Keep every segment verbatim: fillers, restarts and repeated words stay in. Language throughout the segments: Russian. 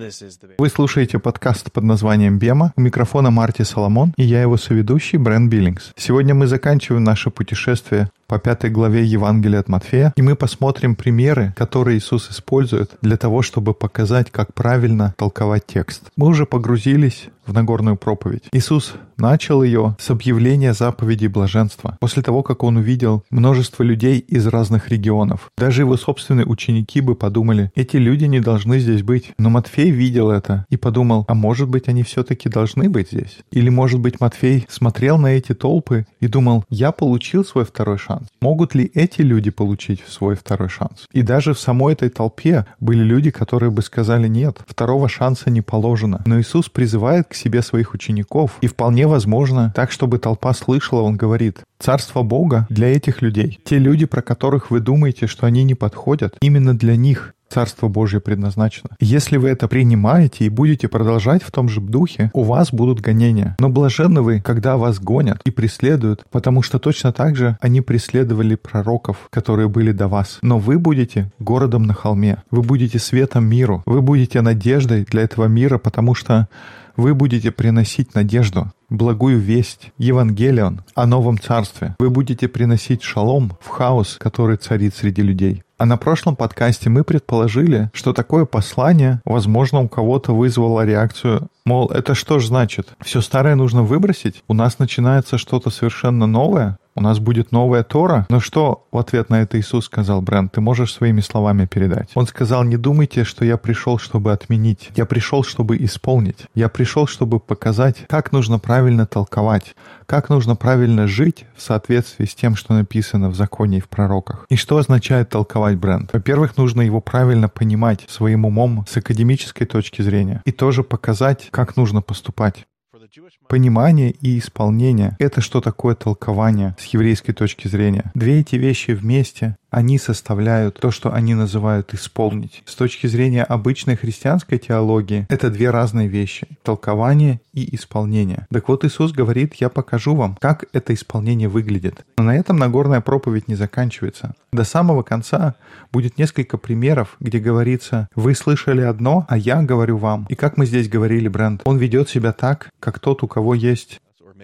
Вы слушаете подкаст под названием «Бема». У микрофона Марти Соломон, и я его соведущий Брент Биллингс. Сегодня мы заканчиваем наше путешествие по пятой главе Евангелия от Матфея, и мы посмотрим примеры, которые Иисус использует для того, чтобы показать, как правильно толковать текст. Мы уже погрузились в Нагорную проповедь. Иисус начал ее с объявления заповедей блаженства, после того, как Он увидел множество людей из разных регионов. Даже его собственные ученики бы подумали, эти люди не должны здесь быть. Но Матфей видел это и подумал, а может быть, они все-таки должны быть здесь? Или, может быть, Матфей смотрел на эти толпы и думал, я получил свой второй шанс. Могут ли эти люди получить свой второй шанс? И даже в самой этой толпе были люди, которые бы сказали, нет, второго шанса не положено. Но Иисус призывает к себе своих учеников, и вполне возможно, так, чтобы толпа слышала, Он говорит, Царство Бога для этих людей. Те люди, про которых вы думаете, что они не подходят, именно для них Царство Божье предназначено. Если вы это принимаете и будете продолжать в том же духе, у вас будут гонения. Но блаженны вы, когда вас гонят и преследуют, потому что точно так же они преследовали пророков, которые были до вас. Но вы будете городом на холме, вы будете светом миру, вы будете надеждой для этого мира, потому что вы будете приносить надежду, благую весть, Евангелион о новом царстве. Вы будете приносить шалом в хаос, который царит среди людей. А на прошлом подкасте мы предположили, что такое послание, возможно, у кого-то вызвало реакцию, мол, это что ж значит? Все старое нужно выбросить? У нас начинается что-то совершенно новое? У нас будет новая Тора? Но что в ответ на это Иисус сказал, Брент, ты можешь своими словами передать? Он сказал, не думайте, что я пришел, чтобы отменить. Я пришел, чтобы исполнить. Я пришел, чтобы показать, как нужно правильно толковать, как нужно правильно жить в соответствии с тем, что написано в законе и в пророках. И что означает толковать, Брент? Во-первых, нужно его правильно понимать своим умом с академической точки зрения и тоже показать, как нужно поступать. Понимание и исполнение — это что такое толкование с еврейской точки зрения. Две эти вещи вместе, они составляют то, что они называют «исполнить». С точки зрения обычной христианской теологии, это две разные вещи — толкование и исполнение. Так вот, Иисус говорит, я покажу вам, как это исполнение выглядит. Но на этом Нагорная проповедь не заканчивается. До самого конца будет несколько примеров, где говорится, вы слышали одно, а я говорю вам. И как мы здесь говорили, Брент, он ведет себя так, как тот, у кого есть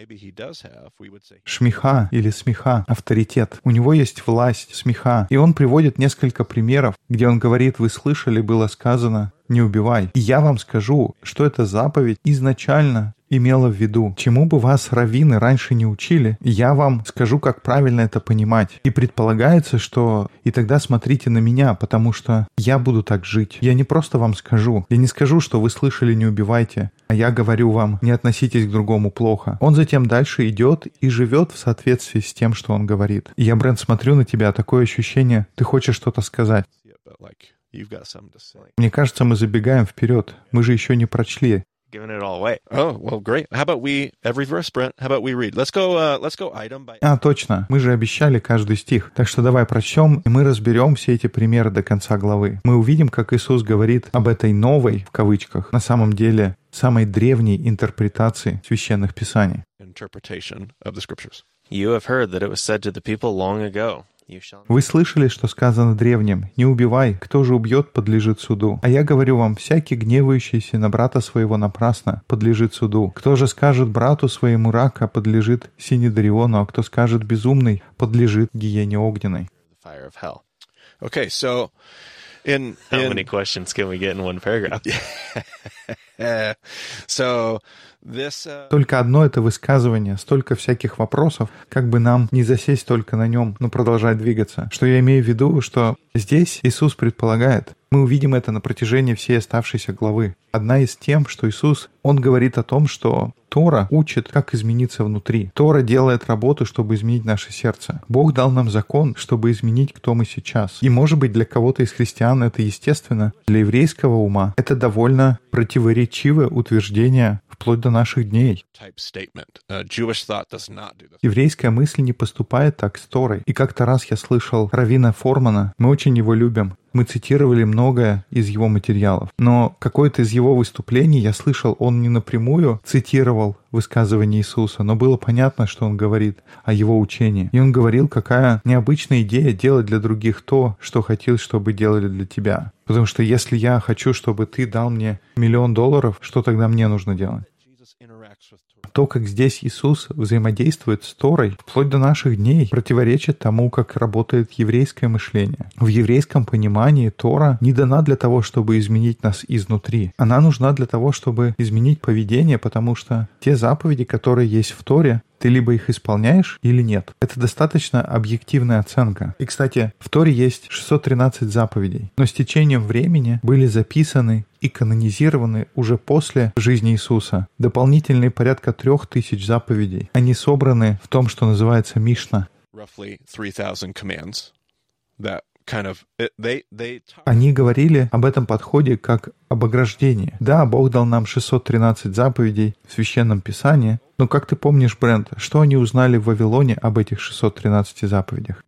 шмиха или смеха, авторитет. У него есть власть, смеха. И он приводит несколько примеров, где он говорит, вы слышали, было сказано, не убивай. И я вам скажу, что эта заповедь изначально имела в виду. Чему бы вас раввины раньше не учили, я вам скажу, как правильно это понимать. И предполагается, что и тогда смотрите на меня, потому что я буду так жить. Я не просто вам скажу. Я не скажу, что вы слышали, не убивайте, а я говорю вам, не относитесь к другому плохо. Он затем дальше идет и живет в соответствии с тем, что он говорит. И я, Брент, смотрю на тебя, такое ощущение, ты хочешь что-то сказать. Мне кажется, мы забегаем вперед. Мы же еще не прочли. А, точно. Мы же обещали каждый стих. Так что давай прочтем, и мы разберем все эти примеры до конца главы. Мы увидим, как Иисус говорит об этой новой, в кавычках, на самом деле, самой древней интерпретации священных писаний. Вы слышали, что сказано древним, «Не убивай, кто же убьет, подлежит суду». А я говорю вам, всякий гневающийся на брата своего напрасно подлежит суду. Кто же скажет брату своему рака, подлежит синедриону, а кто скажет безумный, подлежит гиене огненной. Okay, so in, in... How many questions can we get in one paragraph? so... This, uh... Только одно это высказывание, столько всяких вопросов, как бы нам не засесть только на нем, но продолжать двигаться. Что я имею в виду, что здесь Иисус предполагает, мы увидим это на протяжении всей оставшейся главы. Одна из тем, что Иисус, Он говорит о том, что Тора учит, как измениться внутри. Тора делает работу, чтобы изменить наше сердце. Бог дал нам закон, чтобы изменить, кто мы сейчас. И, может быть, для кого-то из христиан это естественно. Для еврейского ума это довольно противоречивое утверждение, вплоть до наших дней. Еврейская мысль не поступает так с Торой. И как-то раз я слышал раввина Формана, мы очень его любим. Мы цитировали многое из его материалов. Но какое-то из его выступлений я слышал, он не напрямую цитировал высказывание Иисуса, но было понятно, что он говорит о его учении. И он говорил, какая необычная идея делать для других то, что хотел, чтобы делали для тебя. Потому что если я хочу, чтобы ты дал мне миллион долларов, что тогда мне нужно делать? То, как здесь Иисус взаимодействует с Торой, вплоть до наших дней, противоречит тому, как работает еврейское мышление. В еврейском понимании Тора не дана для того, чтобы изменить нас изнутри. Она нужна для того, чтобы изменить поведение, потому что те заповеди, которые есть в Торе, ты либо их исполняешь или нет. Это достаточно объективная оценка. И, кстати, в Торе есть шестьсот тринадцать заповедей, но с течением времени были записаны и канонизированы уже после жизни Иисуса дополнительные порядка трех тысяч заповедей. Они собраны в том, что называется Мишна. Они говорили об этом подходе как об ограждении. Да, Бог дал нам шестьсот тринадцать заповедей в Священном Писании, но как ты помнишь, Брент, что они узнали в Вавилоне об этих шестьсот тринадцати заповедях?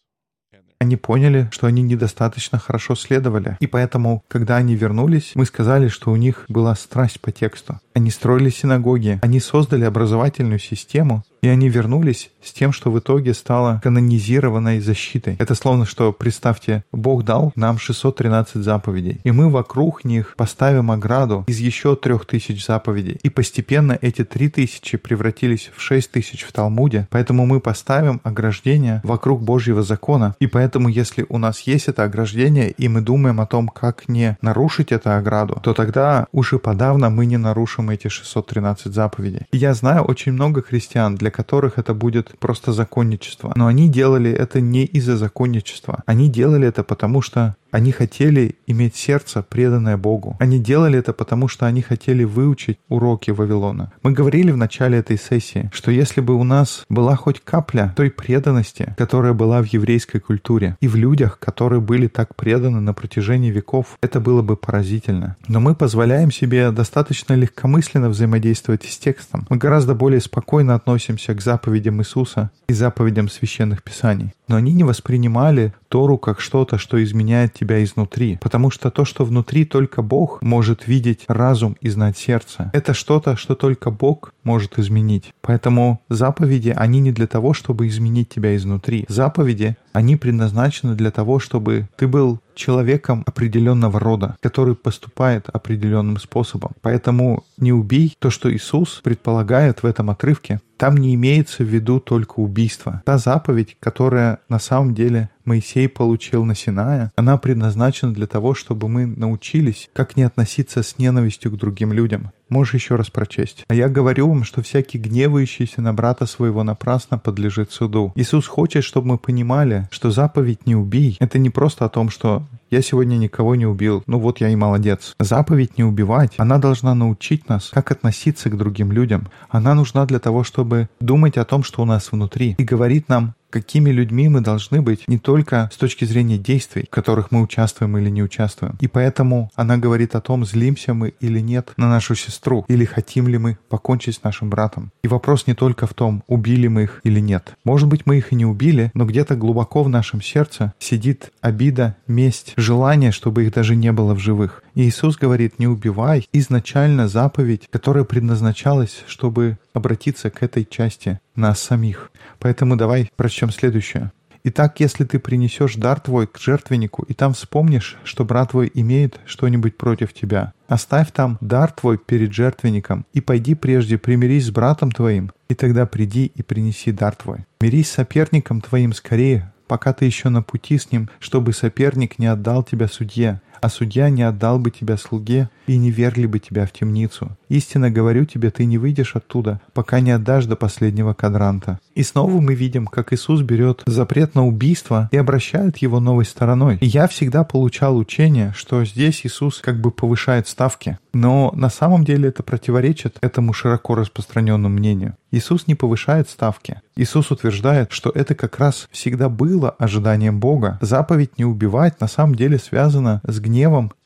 Они поняли, что они недостаточно хорошо следовали. И поэтому, когда они вернулись, мы сказали, что у них была страсть по тексту. Они строили синагоги, они создали образовательную систему, и они вернулись с тем, что в итоге стало канонизированной защитой. Это словно что, представьте, Бог дал нам шестьсот тринадцать заповедей, и мы вокруг них поставим ограду из еще трех тысяч заповедей. И постепенно эти три тысячи превратились в шесть тысяч в Талмуде, поэтому мы поставим ограждение вокруг Божьего закона. И поэтому, если у нас есть это ограждение, и мы думаем о том, как не нарушить эту ограду, то тогда уж и подавно мы не нарушим эти шестьсот тринадцать заповедей. И я знаю очень много христиан, для которых это будет просто законничество. Но они делали это не из-за законничества. Они делали это потому, что они хотели иметь сердце, преданное Богу. Они делали это потому, что они хотели выучить уроки Вавилона. Мы говорили в начале этой сессии, что если бы у нас была хоть капля той преданности, которая была в еврейской культуре, и в людях, которые были так преданы на протяжении веков, это было бы поразительно. Но мы позволяем себе достаточно легкомысленно взаимодействовать с текстом. Мы гораздо более спокойно относимся к заповедям Иисуса и заповедям Священных Писаний. Но они не воспринимали Тору как что-то, что изменяет тебя изнутри. Потому что то, что внутри, только Бог может видеть разум и знать сердце. Это что-то, что только Бог может изменить. Поэтому заповеди, они не для того, чтобы изменить тебя изнутри. Заповеди, они предназначены для того, чтобы ты был человеком определенного рода, который поступает определенным способом. Поэтому не убей. То, что Иисус предполагает в этом отрывке, там не имеется в виду только убийство. Та заповедь, которая на самом деле Моисей получил на Синае, она предназначена для того, чтобы мы научились, как не относиться с ненавистью к другим людям. Можешь еще раз прочесть. «А я говорю вам, что всякий гневающийся на брата своего напрасно подлежит суду». Иисус хочет, чтобы мы понимали, что заповедь «не убий» — это не просто о том, что «я сегодня никого не убил, ну вот я и молодец». Заповедь «не убивать», она должна научить нас, как относиться к другим людям. Она нужна для того, чтобы думать о том, что у нас внутри, и говорит нам, какими людьми мы должны быть не только с точки зрения действий, в которых мы участвуем или не участвуем. И поэтому она говорит о том, злимся мы или нет на нашу сестру, или хотим ли мы покончить с нашим братом. И вопрос не только в том, убили мы их или нет. Может быть, мы их и не убили, но где-то глубоко в нашем сердце сидит обида, месть, желание, чтобы их даже не было в живых. И Иисус говорит, не убивай. Изначально заповедь, которая предназначалась, чтобы обратиться к этой части нас самих. Поэтому давай прочтем следующее. «Итак, если ты принесешь дар твой к жертвеннику, и там вспомнишь, что брат твой имеет что-нибудь против тебя, оставь там дар твой перед жертвенником, и пойди прежде примирись с братом твоим, и тогда приди и принеси дар твой. Мирись с соперником твоим скорее, пока ты еще на пути с ним, чтобы соперник не отдал тебя судье, а судья не отдал бы тебя слуге и не вергли бы тебя в темницу. Истинно говорю тебе, ты не выйдешь оттуда, пока не отдашь до последнего квадранта». И снова мы видим, как Иисус берет запрет на убийство и обращает его новой стороной. И я всегда получал учение, что здесь Иисус как бы повышает ставки. Но на самом деле это противоречит этому широко распространенному мнению. Иисус не повышает ставки. Иисус утверждает, что это как раз всегда было ожиданием Бога. Заповедь «не убивать» на самом деле связана с гневом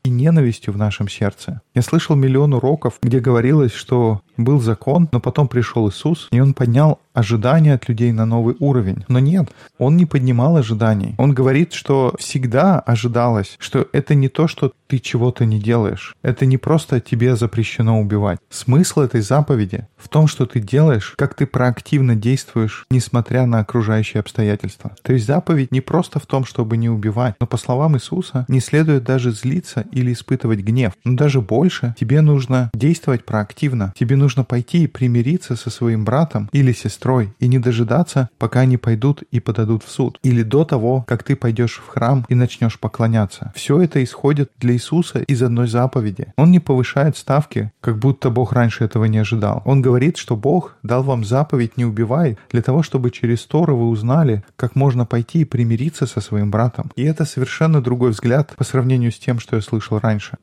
и ненавистью в нашем сердце. Я слышал миллион уроков, где говорилось, что был закон, но потом пришел Иисус, и Он поднял ожидания от людей на новый уровень. Но нет, Он не поднимал ожиданий. Он говорит, что всегда ожидалось, что это не то, что ты чего-то не делаешь. Это не просто тебе запрещено убивать. Смысл этой заповеди в том, что ты делаешь, как ты проактивно действуешь, несмотря на окружающие обстоятельства. То есть заповедь не просто в том, чтобы не убивать, но, по словам Иисуса, не следует даже злиться или испытывать гнев. Но даже больше тебе нужно действовать проактивно. Тебе нужно пойти и примириться со своим братом или сестрой и не дожидаться, пока они пойдут и подадут в суд. Или до того, как ты пойдешь в храм и начнешь поклоняться. Все это исходит для Иисуса из одной заповеди. Он не повышает ставки, как будто Бог раньше этого не ожидал. Он говорит, что Бог дал вам заповедь «не убивай», для того, чтобы через Тору вы узнали, как можно пойти и примириться со своим братом. И это совершенно другой взгляд по сравнению с тем, что я слышал раньше.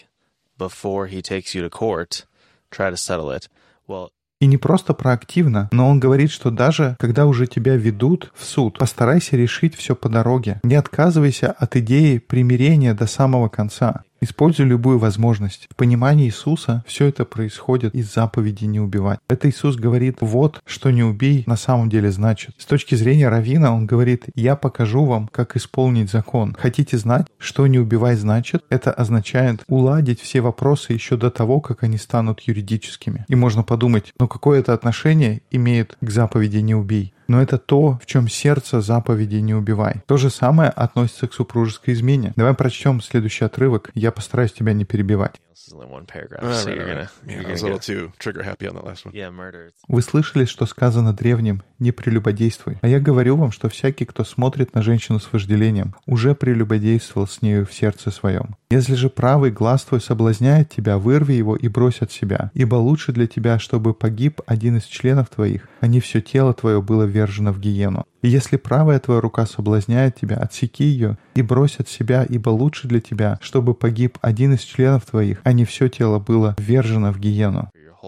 И не просто проактивно, но он говорит, что даже когда уже тебя ведут в суд, постарайся решить все по дороге. Не отказывайся от идеи примирения до самого конца. Используй любую возможность. В понимании Иисуса все это происходит из заповеди «не убивать». Это Иисус говорит, вот что «не убей» на самом деле значит. С точки зрения раввина он говорит, я покажу вам, как исполнить закон. Хотите знать, что «не убивай» значит? Это означает уладить все вопросы еще до того, как они станут юридическими. И можно подумать, ну какое это отношение имеет к заповеди «не убей»? Но это то, в чем сердце заповеди «не убивай». То же самое относится к супружеской измене. Давай прочтем следующий отрывок. Я постараюсь тебя не перебивать. Вы слышали, что сказано древним «не прелюбодействуй». А я говорю вам, что всякий, кто смотрит на женщину с вожделением, уже прелюбодействовал с нею в сердце своем. Если же правый глаз твой соблазняет тебя, вырви его и брось от себя. Ибо лучше для тебя, чтобы погиб один из членов твоих, а не все тело твое было ввержено в гиену. И если правая твоя рука соблазняет тебя, отсеки ее и брось от себя, ибо лучше для тебя, чтобы погиб один из членов твоих, а не все тело было ввержено в гиену.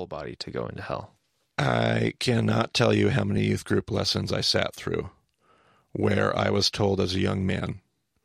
I cannot tell you how many youth group lessons I sat through where I was told as a young man,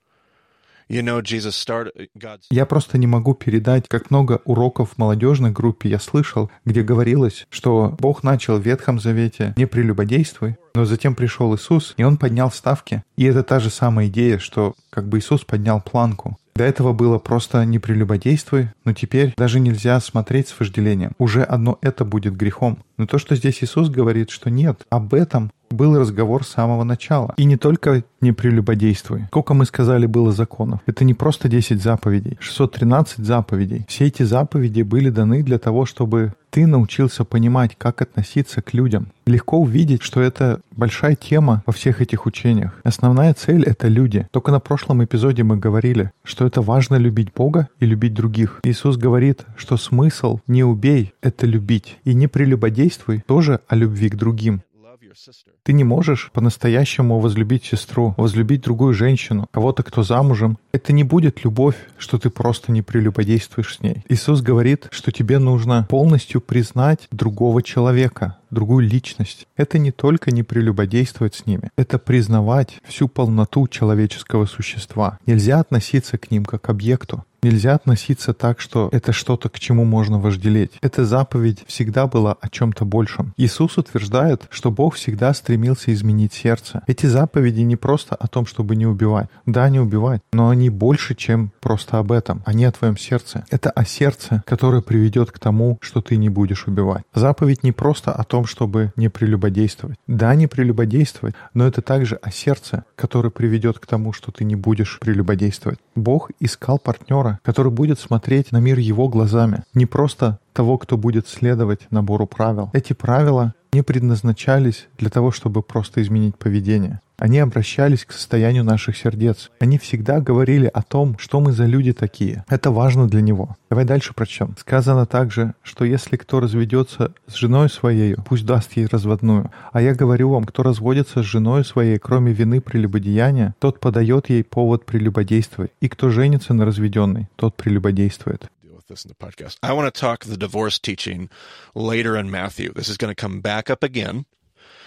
you know, Jesus started, God's... Я просто не могу передать, как много уроков в молодежной группе я слышал, где говорилось, что Бог начал в Ветхом Завете «не прелюбодействуй», но затем пришел Иисус, и Он поднял ставки. И это та же самая идея, что как бы Иисус поднял планку. До этого было просто «не прелюбодействуй», но теперь даже нельзя смотреть с вожделением. Уже одно это будет грехом. Но то, что здесь Иисус говорит, что нет, об этом был разговор с самого начала. И не только «не прелюбодействуй». Сколько мы сказали было законов? Это не просто десять заповедей, шестьсот тринадцать заповедей. Все эти заповеди были даны для того, чтобы ты научился понимать, как относиться к людям. Легко увидеть, что это большая тема во всех этих учениях. Основная цель — это люди. Только на прошлом эпизоде мы говорили, что это важно любить Бога и любить других. Иисус говорит, что смысл «не убей» — это любить. И «не прелюбодействуй» тоже о любви к другим. Ты не можешь по-настоящему возлюбить сестру, возлюбить другую женщину, кого-то, кто замужем. Это не будет любовь, что ты просто не прелюбодействуешь с ней. Иисус говорит, что тебе нужно полностью признать другого человека, другую личность. Это не только не прелюбодействовать с ними, это признавать всю полноту человеческого существа. Нельзя относиться к ним как к объекту. Нельзя относиться так, что это что-то, к чему можно вожделеть. Эта заповедь всегда была о чем-то большем. Иисус утверждает, что Бог всегда стремился изменить сердце. Эти заповеди не просто о том, чтобы не убивать. Да, не убивать, но они больше, чем просто об этом. Они о твоем сердце. Это о сердце, которое приведет к тому, что ты не будешь убивать. Заповедь не просто о том, чтобы не прелюбодействовать. Да, не прелюбодействовать, но это также о сердце, которое приведет к тому, что ты не будешь прелюбодействовать. Бог искал партнера, который будет смотреть на мир его глазами. Не просто того, кто будет следовать набору правил. Эти правила не предназначались для того, чтобы просто изменить поведение. Они обращались к состоянию наших сердец. Они всегда говорили о том, что мы за люди такие. Это важно для него. Давай дальше прочтем. Сказано также, что если кто разведется с женой своей, пусть даст ей разводную. А я говорю вам, кто разводится с женой своей, кроме вины прелюбодеяния, тот подает ей повод прелюбодействовать. И кто женится на разведенной, тот прелюбодействует. This in the podcast. I want to talk the divorce teaching later in Matthew. This is going to come back up again.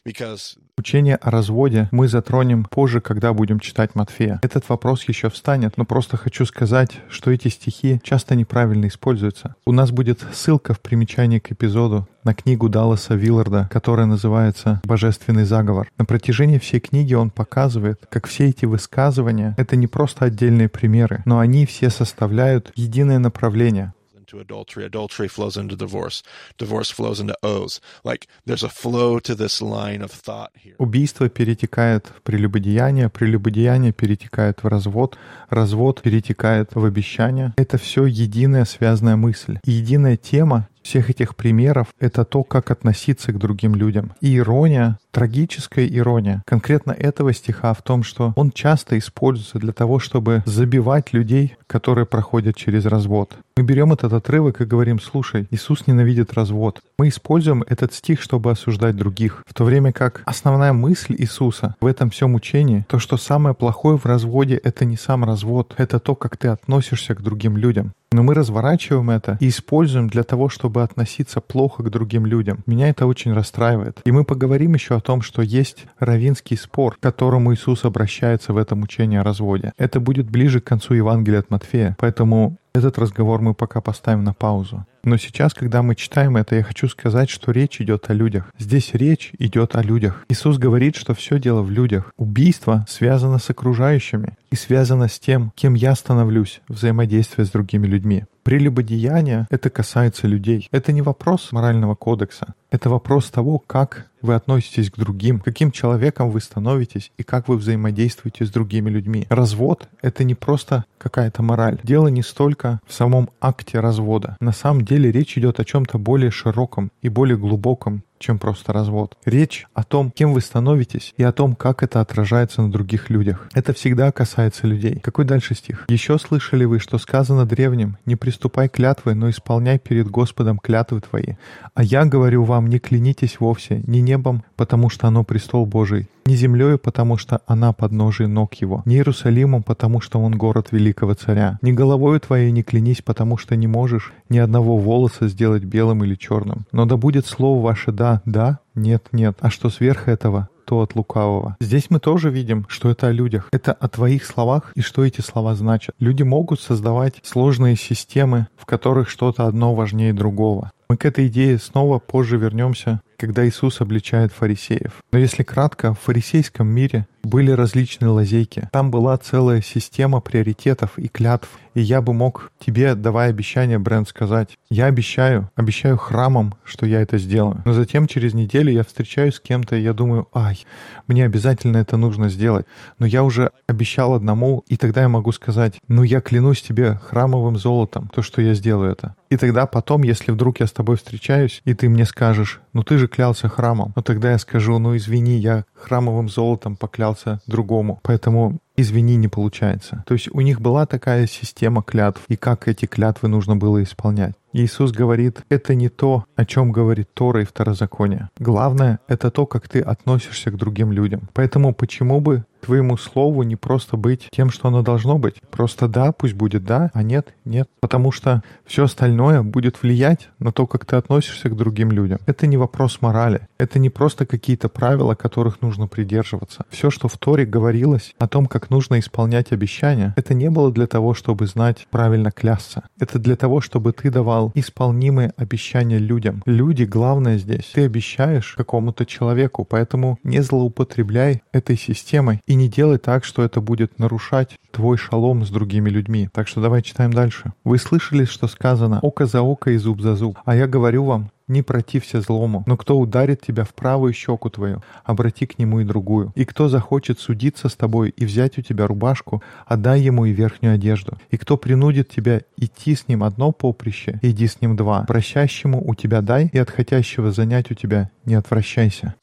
Учение о разводе мы затронем позже, когда будем читать Матфея. Этот вопрос еще встанет, но просто хочу сказать, что эти стихи часто неправильно используются. У нас будет ссылка в примечании к эпизоду на книгу Далласа Вилларда, которая называется «Божественный заговор». На протяжении всей книги он показывает, как все эти высказывания — это не просто отдельные примеры, но они все составляют единое направление. To adultery, adultery flows into divorce, divorce flows into oaths. Like there's a flow to this line of thought here. Убийство перетекает в прелюбодеяние, прелюбодеяние перетекает в развод, развод перетекает в обещание. Это все единая связанная мысль. И единая тема всех этих примеров — это то, как относиться к другим людям. И ирония, трагическая ирония конкретно этого стиха в том, что он часто используется для того, чтобы забивать людей, которые проходят через развод. Мы берем этот отрывок и говорим: слушай, Иисус ненавидит развод. Мы используем этот стих, чтобы осуждать других, в то время как основная мысль Иисуса в этом всем учении, то, что самое плохое в разводе — это не сам развод, это то, как ты относишься к другим людям. Но мы разворачиваем это и используем для того, чтобы относиться плохо к другим людям. Меня это очень расстраивает. И мы поговорим еще о том, что есть раввинский спор, к которому Иисус обращается в этом учении о разводе. Это будет ближе к концу Евангелия от Матфея, поэтому этот разговор мы пока поставим на паузу. Но сейчас, когда мы читаем это, я хочу сказать, что речь идет о людях. Здесь речь идет о людях. Иисус говорит, что все дело в людях. Убийство связано с окружающими и связано с тем, кем я становлюсь в взаимодействии с другими людьми. Прелюбодеяние — это касается людей. Это не вопрос морального кодекса. Это вопрос того, как вы относитесь к другим, каким человеком вы становитесь и как вы взаимодействуете с другими людьми. Развод — это не просто какая-то мораль. Дело не столько в самом акте развода. На самом деле речь идет о чем-то более широком и более глубоком, чем просто развод. Речь о том, кем вы становитесь, и о том, как это отражается на других людях. Это всегда касается людей. Какой дальше стих? «Еще слышали вы, что сказано древним: не приступай клятвы, но исполняй перед Господом клятвы твои. А я говорю вам, не клянитесь вовсе, ни небом, потому что оно престол Божий, ни землею, потому что она подножие ног его, ни Иерусалимом, потому что он город великого царя, ни головою твоей не клянись, потому что не можешь ни одного волоса сделать белым или черным. Но да будет слово ваше да, да, нет, нет, а что сверх этого, то от лукавого». Здесь мы тоже видим, что это о людях. Это о твоих словах и что эти слова значат. Люди могут создавать сложные системы, в которых что-то одно важнее другого. Мы к этой идее снова позже вернемся, когда Иисус обличает фарисеев. Но если кратко, в фарисейском мире были различные лазейки. Там была целая система приоритетов и клятв. И я бы мог тебе, давая обещание, Брент, сказать: я обещаю, обещаю храмом, что я это сделаю. Но затем через неделю я встречаюсь с кем-то, и я думаю: ай, мне обязательно это нужно сделать. Но я уже обещал одному, и тогда я могу сказать: ну я клянусь тебе храмовым золотом, то, что я сделаю это. И тогда потом, если вдруг я с тобой встречаюсь, и ты мне скажешь: ну ты же клялся храмом, но тогда я скажу: ну извини, я храмовым золотом поклялся другому, поэтому извини, не получается. То есть у них была такая система клятв, и как эти клятвы нужно было исполнять. Иисус говорит, это не то, о чем говорит Тора и Второзаконие. Главное — это то, как ты относишься к другим людям. Поэтому почему бы твоему слову не просто быть тем, что оно должно быть? Просто да, пусть будет да, а нет, нет. Потому что все остальное будет влиять на то, как ты относишься к другим людям. Это не вопрос морали. Это не просто какие-то правила, которых нужно придерживаться. Все, что в Торе говорилось о том, как нужно исполнять обещания, это не было для того, чтобы знать правильно клясться. Это для того, чтобы ты давал исполнимые обещания людям. Люди — главное здесь. Ты обещаешь какому-то человеку, поэтому не злоупотребляй этой системой и не делай так, что это будет нарушать твой шалом с другими людьми. Так что давай читаем дальше. «Вы слышали, что сказано: око за око и зуб за зуб. А я говорю вам, не протився злому, но кто ударит тебя в правую щеку твою, обрати к нему и другую. И кто захочет судиться с тобой и взять у тебя рубашку, отдай ему и верхнюю одежду. И кто принудит тебя идти с ним одно поприще, иди с ним два. Просящему у тебя дай, и от хотящего занять у тебя не отвращайся».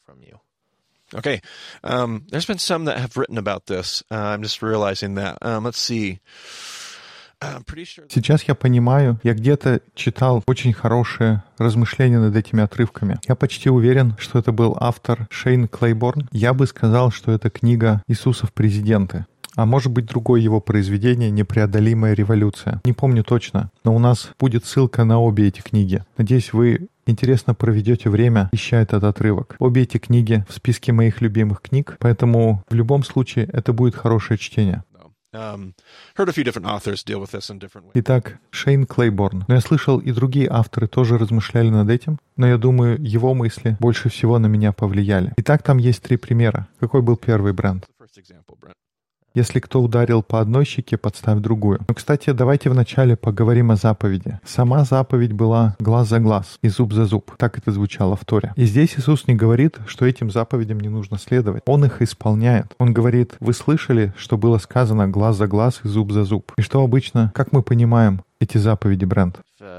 Okay, um, there's been some that have written about this. Uh, I'm just realizing that. Um, let's see. Сейчас я понимаю, я где-то читал очень хорошие размышления над этими отрывками. Я почти уверен, что это был автор Шейн Клейборн. Я бы сказал, что это книга «Иисусов президенты». А может быть, другое его произведение «Непреодолимая революция». Не помню точно, но у нас будет ссылка на обе эти книги. Надеюсь, вы интересно проведете время, ища этот отрывок. Обе эти книги в списке моих любимых книг, поэтому в любом случае это будет хорошее чтение. Итак, Шейн Клейборн. Но я слышал, и другие авторы тоже размышляли над этим, но я думаю, его мысли больше всего на меня повлияли. Итак, там есть три примера. Какой был первый, Брент? Если кто ударил по одной щеке, подставь другую. Ну, кстати, давайте вначале поговорим о заповеди. Сама заповедь была глаз за глаз и зуб за зуб. Так это звучало в Торе. И здесь Иисус не говорит, что этим заповедям не нужно следовать. Он их исполняет. Он говорит, вы слышали, что было сказано глаз за глаз и зуб за зуб. И что обычно, как мы понимаем эти заповеди, Брент?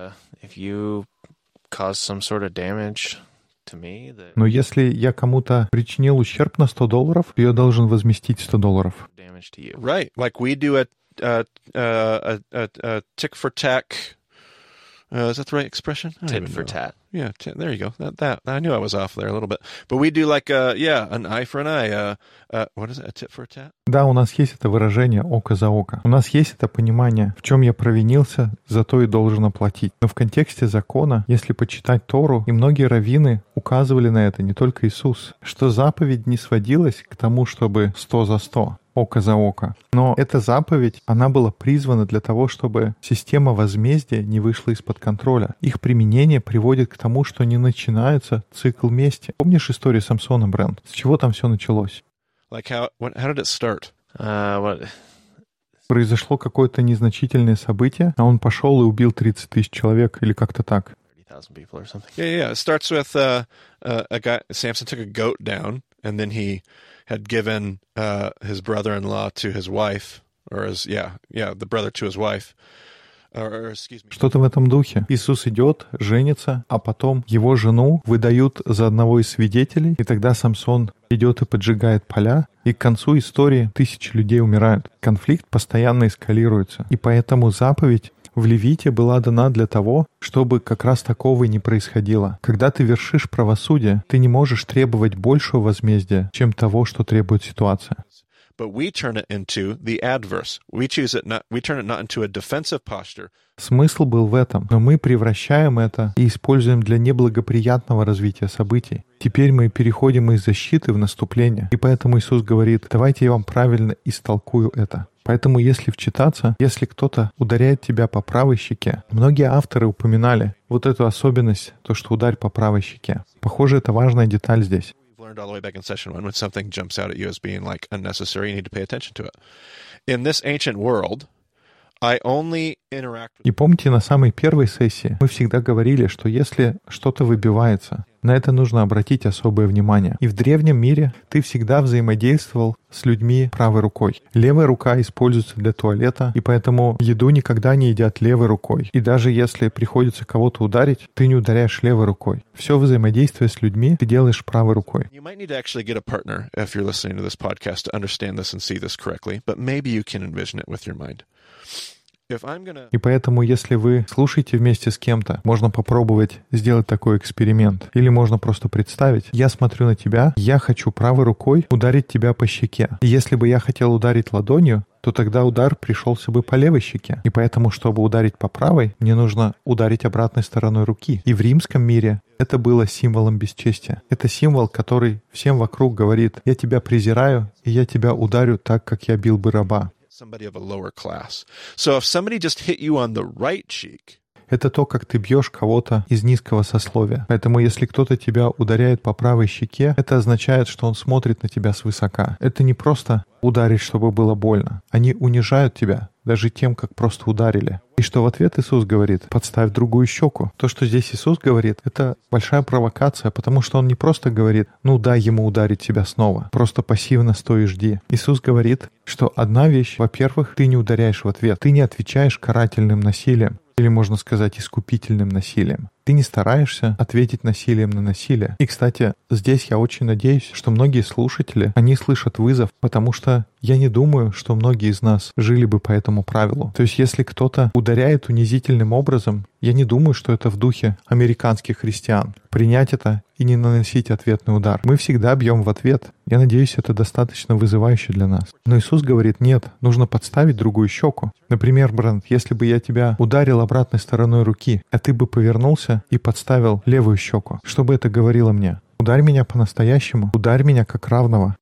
Но если я кому-то причинил ущерб на сто долларов, то я должен возместить сто долларов. Right, like we do a, a, a, a, a tick for tack. Uh, is that the right expression? Tit for tat. Yeah, t- there you go. That, that I knew I was off there a little bit, but we do like a yeah, an eye for an eye. Uh, uh, what is it? A tit for a tat? Да, у нас есть это выражение «око за око». У нас есть это понимание, в чем я провинился, зато и должен оплатить. Но в контексте закона, если почитать Тору, и многие раввины указывали на это, не только Иисус, что заповедь не сводилась к тому, чтобы сто за сто. Око за око. Но эта заповедь, она была призвана для того, чтобы система возмездия не вышла из-под контроля. Их применение приводит к тому, что не начинается цикл мести. Помнишь историю Самсона, Брент? С чего там все началось? Like how, what, how did it start? Uh, what... Произошло какое-то незначительное событие, а он пошел и убил тридцать тысяч человек, или как-то так. Yeah, yeah. It starts with uh, uh, a guy, Samson took a goat down, and then he had given uh, his brother-in-law to his wife, or his, yeah, yeah, the brother to his wife. Or, or, excuse me. Что-то в этом духе. Иисус идет, женится, а потом его жену выдают за одного из свидетелей, и тогда Самсон идет и поджигает поля, и к концу истории тысячи людей умирают. Конфликт постоянно эскалируется, и поэтому заповедь в Левите была дана для того, чтобы как раз такого и не происходило. Когда ты вершишь правосудие, ты не можешь требовать большего возмездия, чем того, что требует ситуация. Смысл был в этом, но мы превращаем это и используем для неблагоприятного развития событий. Теперь мы переходим из защиты в наступление, и поэтому Иисус говорит, давайте я вам правильно истолкую это. Поэтому, если вчитаться, если кто-то ударяет тебя по правой щеке, многие авторы упоминали вот эту особенность, то, что ударь по правой щеке. Похоже, это важная деталь здесь. И помните, на самой первой сессии мы всегда говорили, что если что-то выбивается, на это нужно обратить особое внимание. И в древнем мире ты всегда взаимодействовал с людьми правой рукой. Левая рука используется для туалета, и поэтому еду никогда не едят левой рукой. И даже если приходится кого-то ударить, ты не ударяешь левой рукой. Все взаимодействие с людьми ты делаешь правой рукой. И поэтому, если вы слушаете вместе с кем-то, можно попробовать сделать такой эксперимент. Или можно просто представить, я смотрю на тебя, я хочу правой рукой ударить тебя по щеке. И если бы я хотел ударить ладонью, то тогда удар пришелся бы по левой щеке. И поэтому, чтобы ударить по правой, мне нужно ударить обратной стороной руки. И в римском мире это было символом бесчестия. Это символ, который всем вокруг говорит, я тебя презираю, и я тебя ударю так, как я бил бы раба. Somebody of a lower class. So if somebody just hit you on the right cheek, это то, как ты бьешь кого-то из низкого сословия. Поэтому если кто-то тебя ударяет по правой щеке, это означает, что он смотрит на тебя свысока. Это не просто ударить, чтобы было больно. Они унижают тебя, даже тем, как просто ударили. И что в ответ Иисус говорит? Подставь другую щеку. То, что здесь Иисус говорит, это большая провокация, потому что Он не просто говорит, ну дай ему ударить тебя снова, просто пассивно стой и жди. Иисус говорит, что одна вещь, во-первых, ты не ударяешь в ответ, ты не отвечаешь карательным насилием, или можно сказать искупительным насилием. Ты не стараешься ответить насилием на насилие. И, кстати, здесь я очень надеюсь, что многие слушатели, они слышат вызов, потому что я не думаю, что многие из нас жили бы по этому правилу. То есть, если кто-то ударяет унизительным образом, я не думаю, что это в духе американских христиан. Принять это и не наносить ответный удар. Мы всегда бьем в ответ. Я надеюсь, это достаточно вызывающе для нас. Но Иисус говорит, нет, нужно подставить другую щеку. Например, Брент, если бы я тебя ударил обратной стороной руки, а ты бы повернулся и подставил левую щеку, что бы это говорило мне? Ударь меня по-настоящему, ударь меня как равного.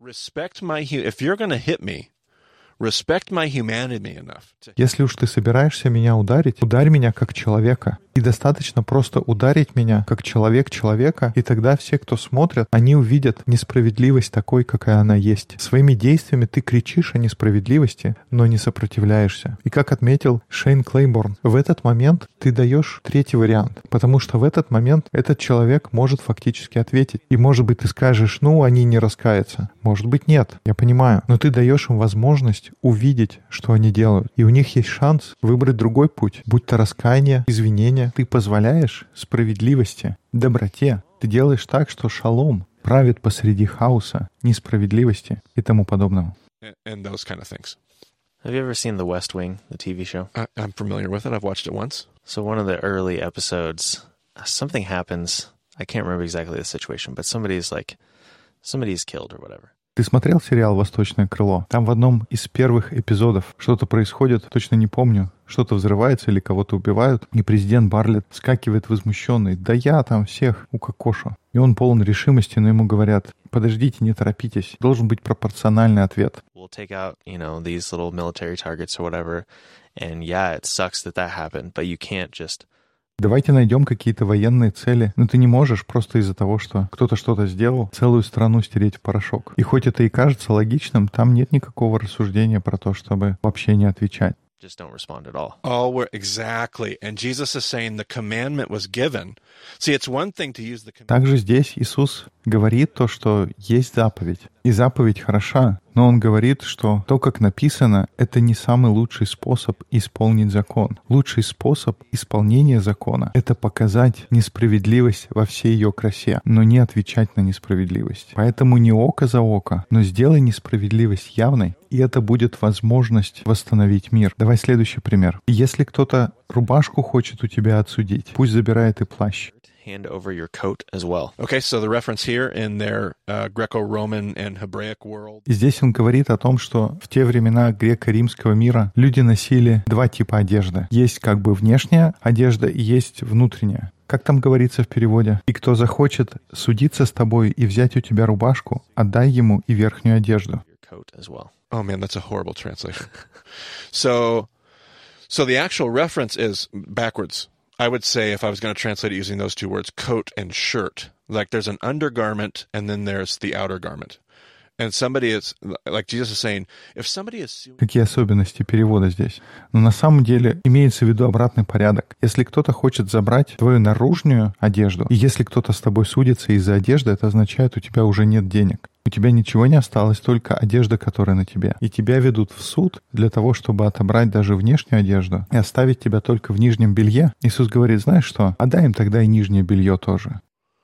Если уж ты собираешься меня ударить, ударь меня как человека. И достаточно просто ударить меня как человек человека, и тогда все, кто смотрят, они увидят несправедливость такой, какая она есть. Своими действиями ты кричишь о несправедливости, но не сопротивляешься. И как отметил Шейн Клейборн, в этот момент ты даешь третий вариант, потому что в этот момент этот человек может фактически ответить. И может быть ты скажешь, ну, они не раскаются. Может быть нет, я понимаю. Но ты даешь им возможность увидеть, что они делают. И у них есть шанс выбрать другой путь, будь то раскаяние, извинения. Ты позволяешь справедливости, доброте. Ты делаешь так, что шалом правит посреди хаоса, несправедливости и тому подобного. And those kind of things. Have you ever seen The West Wing, the T V show? I, I'm familiar with it. I've watched it once. So one of the early episodes, something happens. I can't remember exactly the situation, but somebody's like, somebody's killed or whatever. Ты смотрел сериал «Восточное крыло»? Там в одном из первых эпизодов что-то происходит, точно не помню. Что-то взрывается или кого-то убивают, и президент Барлетт вскакивает возмущенный. «Да я там всех укокошу». И он полон решимости, но ему говорят, подождите, не торопитесь, должен быть пропорциональный ответ. We'll take out, you know, these little military targets or whatever, and yeah, it sucks that that happened, but you can't just... Давайте найдем какие-то военные цели. Но ты не можешь просто из-за того, что кто-то что-то сделал, целую страну стереть в порошок. И хоть это и кажется логичным, там нет никакого рассуждения про то, чтобы вообще не отвечать. Just don't respond at all. Oh, we're exactly. And Jesus is saying the commandment was given. See, it's one thing to use the commandment. Также здесь Иисус говорит то, что есть заповедь. И заповедь хороша, но Он говорит, что то, как написано, это не самый лучший способ исполнить закон. Лучший способ исполнения закона — это показать несправедливость во всей ее красе, но не отвечать на несправедливость. Поэтому не око за око, но сделай несправедливость явной, и это будет возможность восстановить мир. Давай следующий пример. Если кто-то рубашку хочет у тебя отсудить, пусть забирает и плащ. Hand over your coat as well. Okay, so the reference here in their uh, Greco-Roman and Hebraic world. И здесь он говорит о том, что в те времена греко-римского мира люди носили два типа одежды. Есть как бы внешняя одежда и есть внутренняя. Как там говорится в переводе? «И кто захочет судиться с тобой и взять у тебя рубашку, отдай ему и верхнюю одежду». Oh man, that's a horrible translation. so, so the actual reference is backwards. I would say, if I was going to translate it using those two words, coat and shirt. Like there's an undergarment and then there's the outer garment. And somebody is, like Jesus is saying, if somebody is... Какие особенности перевода здесь? Но на самом деле имеется в виду обратный порядок. Если кто-то хочет забрать твою наружную одежду, и если кто-то с тобой судится из-за одежды, это означает, у тебя уже нет денег. У тебя ничего не осталось, только одежда, которая на тебе. И тебя ведут в суд для того, чтобы отобрать даже внешнюю одежду и оставить тебя только в нижнем белье. Иисус говорит, знаешь что, отдай им тогда и нижнее белье тоже.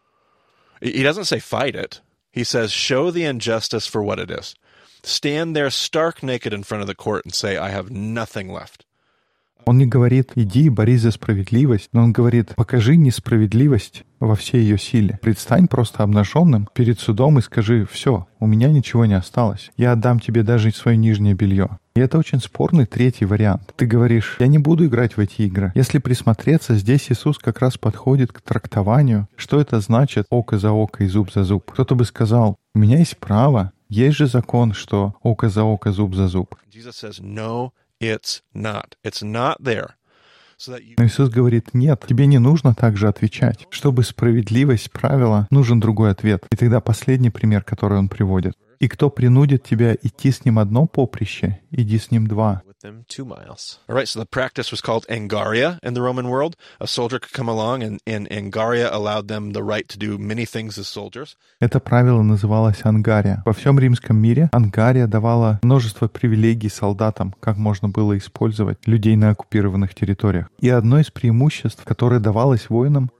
He doesn't say fight it. He says, show the injustice for what it is. Stand there stark naked in front of the court and say, I have nothing left. Он не говорит, иди, борись за справедливость, но он говорит, покажи несправедливость во всей ее силе. Предстань просто обнаженным перед судом и скажи, все, у меня ничего не осталось. Я отдам тебе даже свое нижнее белье. И это очень спорный третий вариант. Ты говоришь, я не буду играть в эти игры. Если присмотреться, здесь Иисус как раз подходит к трактованию, что это значит око за око и зуб за зуб. Кто-то бы сказал, у меня есть право, есть же закон, что око за око, зуб за зуб. It's not. It's not there. So that you... Но Иисус говорит, нет, тебе не нужно так же отвечать. Чтобы справедливость правила, нужен другой ответ. И тогда последний пример, который он приводит. И кто принудит тебя идти с ним одно поприще, иди с ним два. Two miles. All right, so the practice was called angaria in the Roman world. A soldier could come along, and, and angaria allowed them the right to do many things as soldiers. Это правило называлось ангария. Во всем римском мире ангария давала множество привилегий солдатам, как можно было использовать людей на оккупированных территориях. И одно из преимуществ, которое давалось воинам,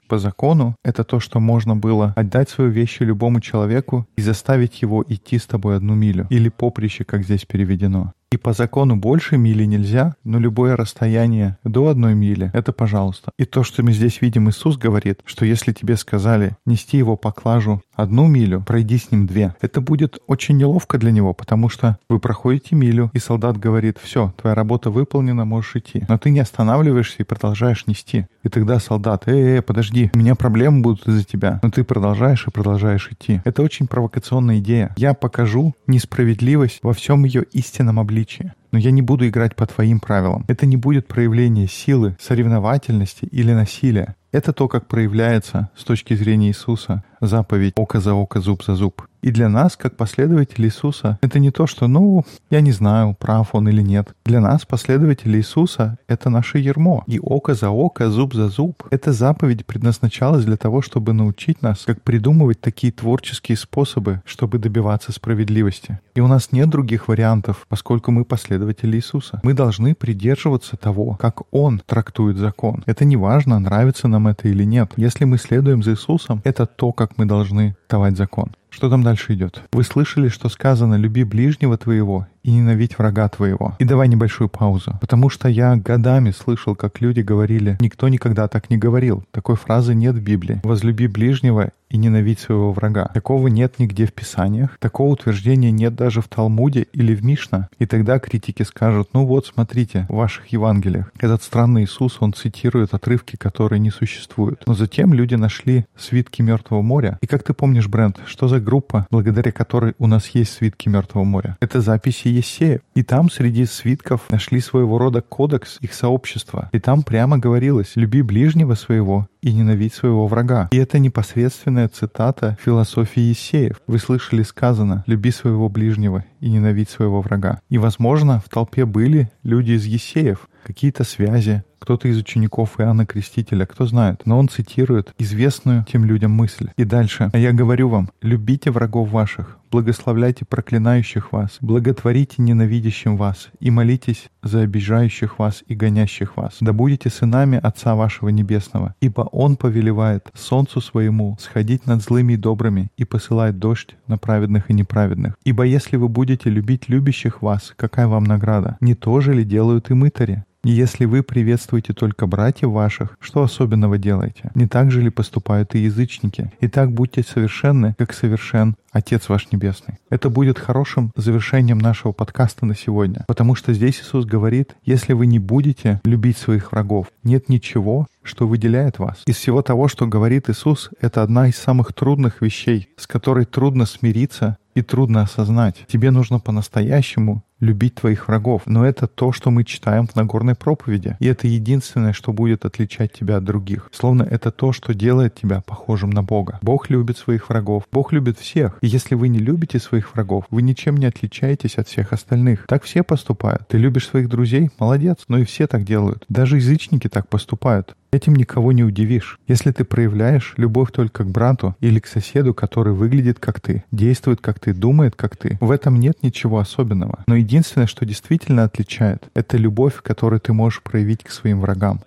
По закону это то, что можно было отдать свою вещь любому человеку и заставить его идти с тобой одну милю. Или поприще, как здесь переведено. И по закону больше мили нельзя, но любое расстояние до одной мили — это пожалуйста. И то, что мы здесь видим, Иисус говорит, что если тебе сказали нести его поклажу одну милю, пройди с ним две. Это будет очень неловко для него, потому что вы проходите милю, и солдат говорит: все, твоя работа выполнена, можешь идти. Но ты не останавливаешься и продолжаешь нести. И тогда солдат: э, э, подожди, у меня проблемы будут из-за тебя. Но ты продолжаешь и продолжаешь идти. Это очень провокационная идея. Я покажу несправедливость во всем ее истинном обличии. Но я не буду играть по твоим правилам. Это не будет проявление силы, соревновательности или насилия. Это то, как проявляется с точки зрения Иисуса заповедь «око за око, зуб за зуб». И для нас, как последователей Иисуса, это не то, что, ну, я не знаю, прав он или нет. Для нас, последователей Иисуса, это наше ярмо. И око за око, зуб за зуб. Эта заповедь предназначалась для того, чтобы научить нас, как придумывать такие творческие способы, чтобы добиваться справедливости. И у нас нет других вариантов, поскольку мы последователи Иисуса. Мы должны придерживаться того, как Он трактует закон. Это не важно, нравится нам это или нет. Если мы следуем за Иисусом, это то, как мы должны трактовать закон. Что там дальше идет? Вы слышали, что сказано: «Люби ближнего твоего и ненавидь врага твоего». И давай небольшую паузу. Потому что я годами слышал, как люди говорили: никто никогда так не говорил. Такой фразы нет в Библии. «Возлюби ближнего и ненавидь своего врага». Такого нет нигде в Писаниях. Такого утверждения нет даже в Талмуде или в Мишна. И тогда критики скажут: ну вот, смотрите, в ваших Евангелиях этот странный Иисус, он цитирует отрывки, которые не существуют. Но затем люди нашли свитки Мертвого моря. И как ты помнишь, Брент, что за группа, благодаря которой у нас есть свитки Мертвого моря? Это записи Ессеев. И там среди свитков нашли своего рода кодекс их сообщества. И там прямо говорилось: люби ближнего своего и ненавидь своего врага. И это непосредственная цитата философии Ессеев. Вы слышали сказано: люби своего ближнего и ненавидь своего врага. И, возможно, в толпе были люди из Ессеев, какие-то связи, кто-то из учеников Иоанна Крестителя, кто знает. Но он цитирует известную тем людям мысль. И дальше: «А я говорю вам, любите врагов ваших, благословляйте проклинающих вас, благотворите ненавидящим вас и молитесь за обижающих вас и гонящих вас. Да будете сынами Отца вашего Небесного, ибо Он повелевает солнцу своему сходить над злыми и добрыми и посылает дождь на праведных и неправедных. Ибо если вы будете любить любящих вас, какая вам награда? Не то же ли делают и мытари? И если вы приветствуете только братьев ваших, что особенного делаете? Не так же ли поступают и язычники? Итак, будьте совершенны, как совершен Отец ваш Небесный». Это будет хорошим завершением нашего подкаста на сегодня, потому что здесь Иисус говорит: если вы не будете любить своих врагов, нет ничего, что выделяет вас. Из всего того, что говорит Иисус, это одна из самых трудных вещей, с которой трудно смириться и трудно осознать. Тебе нужно по-настоящему любить твоих врагов. Но это то, что мы читаем в Нагорной проповеди. И это единственное, что будет отличать тебя от других. Словно это то, что делает тебя похожим на Бога. Бог любит своих врагов. Бог любит всех. И если вы не любите своих врагов, вы ничем не отличаетесь от всех остальных. Так все поступают. Ты любишь своих друзей? Молодец. Но и все так делают. Даже язычники так поступают. Этим никого не удивишь. Если ты проявляешь любовь только к брату или к соседу, который выглядит как ты, действует как ты, думает как ты, в этом нет ничего особенного. Но единственное, что действительно отличает, это любовь, которую ты можешь проявить к своим врагам.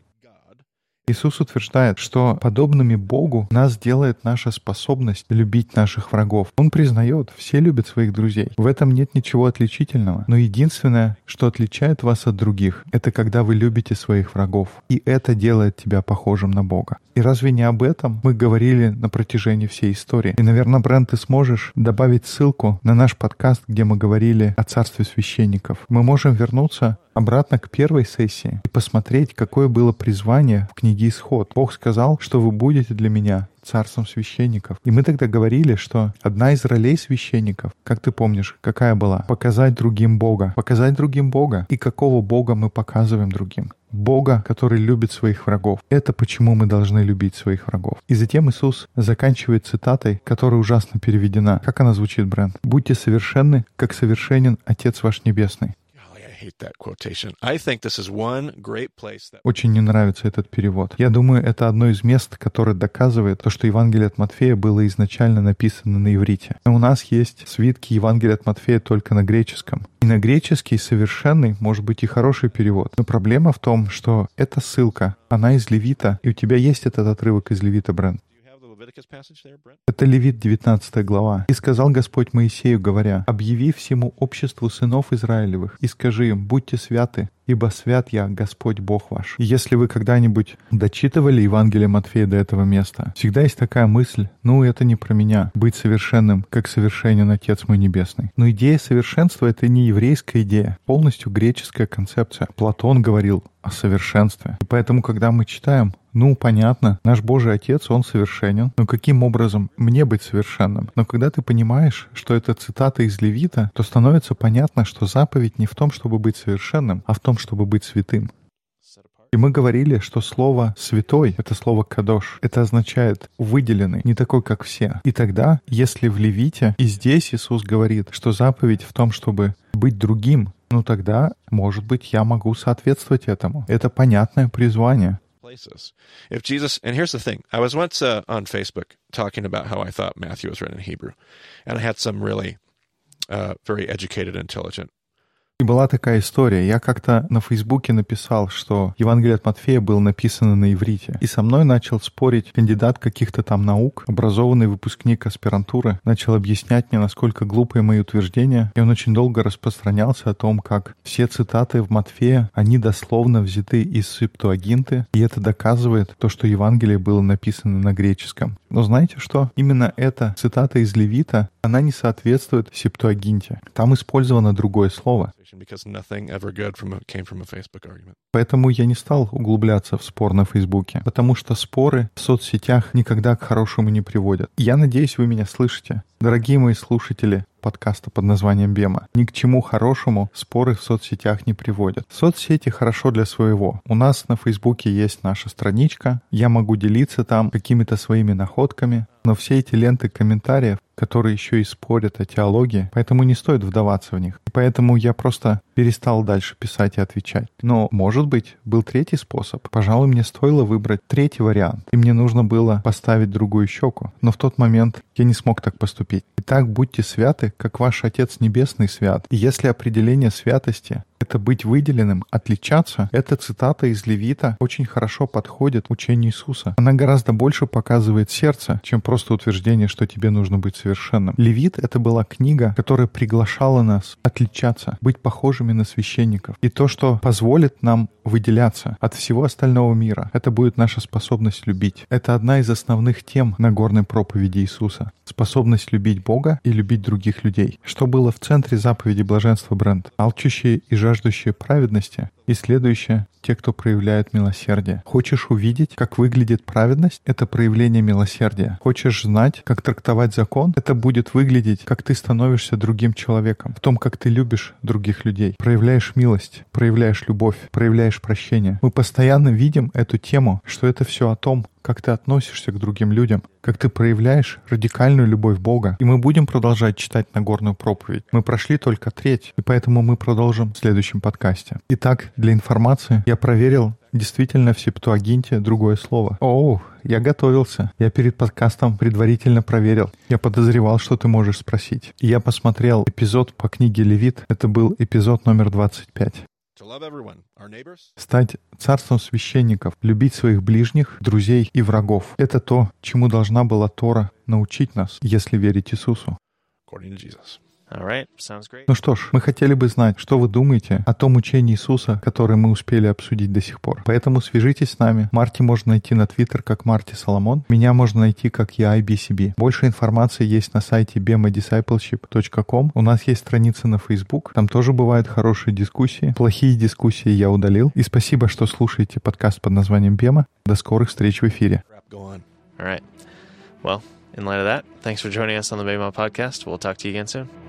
Иисус утверждает, что подобными Богу нас делает наша способность любить наших врагов. Он признает, все любят своих друзей. В этом нет ничего отличительного. Но единственное, что отличает вас от других, это когда вы любите своих врагов. И это делает тебя похожим на Бога. И разве не об этом мы говорили на протяжении всей истории? И, наверное, Брент, ты сможешь добавить ссылку на наш подкаст, где мы говорили о царстве священников. Мы можем вернуться обратно к первой сессии и посмотреть, какое было призвание в книге «Исход». Бог сказал, что вы будете для меня царством священников. И мы тогда говорили, что одна из ролей священников, как ты помнишь, какая была? Показать другим Бога. Показать другим Бога. И какого Бога мы показываем другим? Бога, который любит своих врагов. Это почему мы должны любить своих врагов. И затем Иисус заканчивает цитатой, которая ужасно переведена. Как она звучит, Брент? «Будьте совершенны, как совершенен Отец ваш Небесный». hate that quotation. I think this is one great place that... Очень не нравится этот перевод. Я думаю, это одно из мест, которое доказывает то, что Евангелие от Матфея было изначально написано на иврите. Но у нас есть свитки Евангелия от Матфея только на греческом. И на греческий совершенный может быть и хороший перевод. Но проблема в том, что эта ссылка, она из Левита, и у тебя есть этот отрывок из Левита, Брент. Это Левит, девятнадцатая глава. «И сказал Господь Моисею, говоря, объяви всему обществу сынов Израилевых, и скажи им, будьте святы, ибо свят я, Господь Бог ваш». И если вы когда-нибудь дочитывали Евангелие Матфея до этого места, всегда есть такая мысль, ну, это не про меня, быть совершенным, как совершенен Отец мой Небесный. Но идея совершенства — это не еврейская идея, полностью греческая концепция. Платон говорил о совершенстве. И поэтому, когда мы читаем, ну, понятно, наш Божий Отец, Он совершенен, но каким образом мне быть совершенным? Но когда ты понимаешь, что это цитата из Левита, то становится понятно, что заповедь не в том, чтобы быть совершенным, а в том, чтобы быть святым. И мы говорили, что слово «святой» — это слово «кадош». Это означает «выделенный», не такой, как все. И тогда, если в Левите и здесь Иисус говорит, что заповедь в том, чтобы быть другим, ну тогда, может быть, я могу соответствовать этому. Это понятное призвание. Places. If Jesus, and here's the thing, I was once uh, on Facebook talking about how I thought Matthew was written in Hebrew, and I had some really uh, very educated, intelligent. И была такая история. Я как-то на Фейсбуке написал, что Евангелие от Матфея было написано на иврите. И со мной начал спорить кандидат каких-то там наук, образованный выпускник аспирантуры, начал объяснять мне, насколько глупые мои утверждения. И он очень долго распространялся о том, как все цитаты в Матфея, они дословно взяты из Септуагинты, и это доказывает то, что Евангелие было написано на греческом. Но знаете что? Именно эта цитата из Левита, она не соответствует Септуагинте. Там использовано другое слово. Поэтому я не стал углубляться в спор на Фейсбуке, потому что споры в соцсетях никогда к хорошему не приводят. Я надеюсь, вы меня слышите. Дорогие мои слушатели подкаста под названием «Бема», ни к чему хорошему споры в соцсетях не приводят. Соцсети хорошо для своего. У нас на Фейсбуке есть наша страничка, я могу делиться там какими-то своими находками, но все эти ленты комментариев, которые еще и спорят о теологии, поэтому не стоит вдаваться в них. И поэтому я просто перестал дальше писать и отвечать. Но, может быть, был третий способ. Пожалуй, мне стоило выбрать третий вариант, и мне нужно было поставить другую щеку. Но в тот момент я не смог так поступить. Итак, будьте святы, как ваш Отец Небесный свят. И если определение святости — это быть выделенным, отличаться, эта цитата из Левита очень хорошо подходит учению Иисуса. Она гораздо больше показывает сердце, чем просто утверждение, что тебе нужно быть совершенным. Левит — это была книга, которая приглашала нас отличаться, быть похожими на священников. И то, что позволит нам выделяться от всего остального мира, это будет наша способность любить. Это одна из основных тем Нагорной проповеди Иисуса. Способность любить Бога и любить других людей. Что было в центре заповеди блаженства, Брент? Алчущие и жаждущие праведности. И следующее — те, кто проявляет милосердие. Хочешь увидеть, как выглядит праведность? Это проявление милосердия. Хочешь знать, как трактовать закон? Это будет выглядеть, как ты становишься другим человеком. В том, как ты любишь других людей. Проявляешь милость, проявляешь любовь, проявляешь прощение. Мы постоянно видим эту тему, что это все о том, как ты относишься к другим людям, как ты проявляешь радикальную любовь Бога. И мы будем продолжать читать Нагорную проповедь. Мы прошли только треть, и поэтому мы продолжим в следующем подкасте. Итак, для информации я проверил, действительно в Септуагинте другое слово. Оу, я готовился. Я перед подкастом предварительно проверил. Я подозревал, что ты можешь спросить. И я посмотрел эпизод по книге Левит. Это был эпизод номер двадцать пять. Стать царством священников, любить своих ближних, друзей и врагов. Это то, чему должна была Тора научить нас, если верить Иисусу. Alright, sounds great. Ну что ж, мы хотели бы знать, что вы думаете о том учении Иисуса, которое мы успели обсудить до сих пор. Поэтому свяжитесь с нами. Марти можно найти на Твиттер как Марти Соломон. Меня можно найти как и ай би си би. Больше информации есть на сайте бема дисайплшип точка ком. У нас есть страница на Facebook. Там тоже бывают хорошие дискуссии. Плохие дискуссии я удалил. И спасибо, что слушаете подкаст под названием Бема. До скорых встреч в эфире. Alright. Well, in light of that, thanks for joining us on the Bema podcast. We'll talk to you again soon.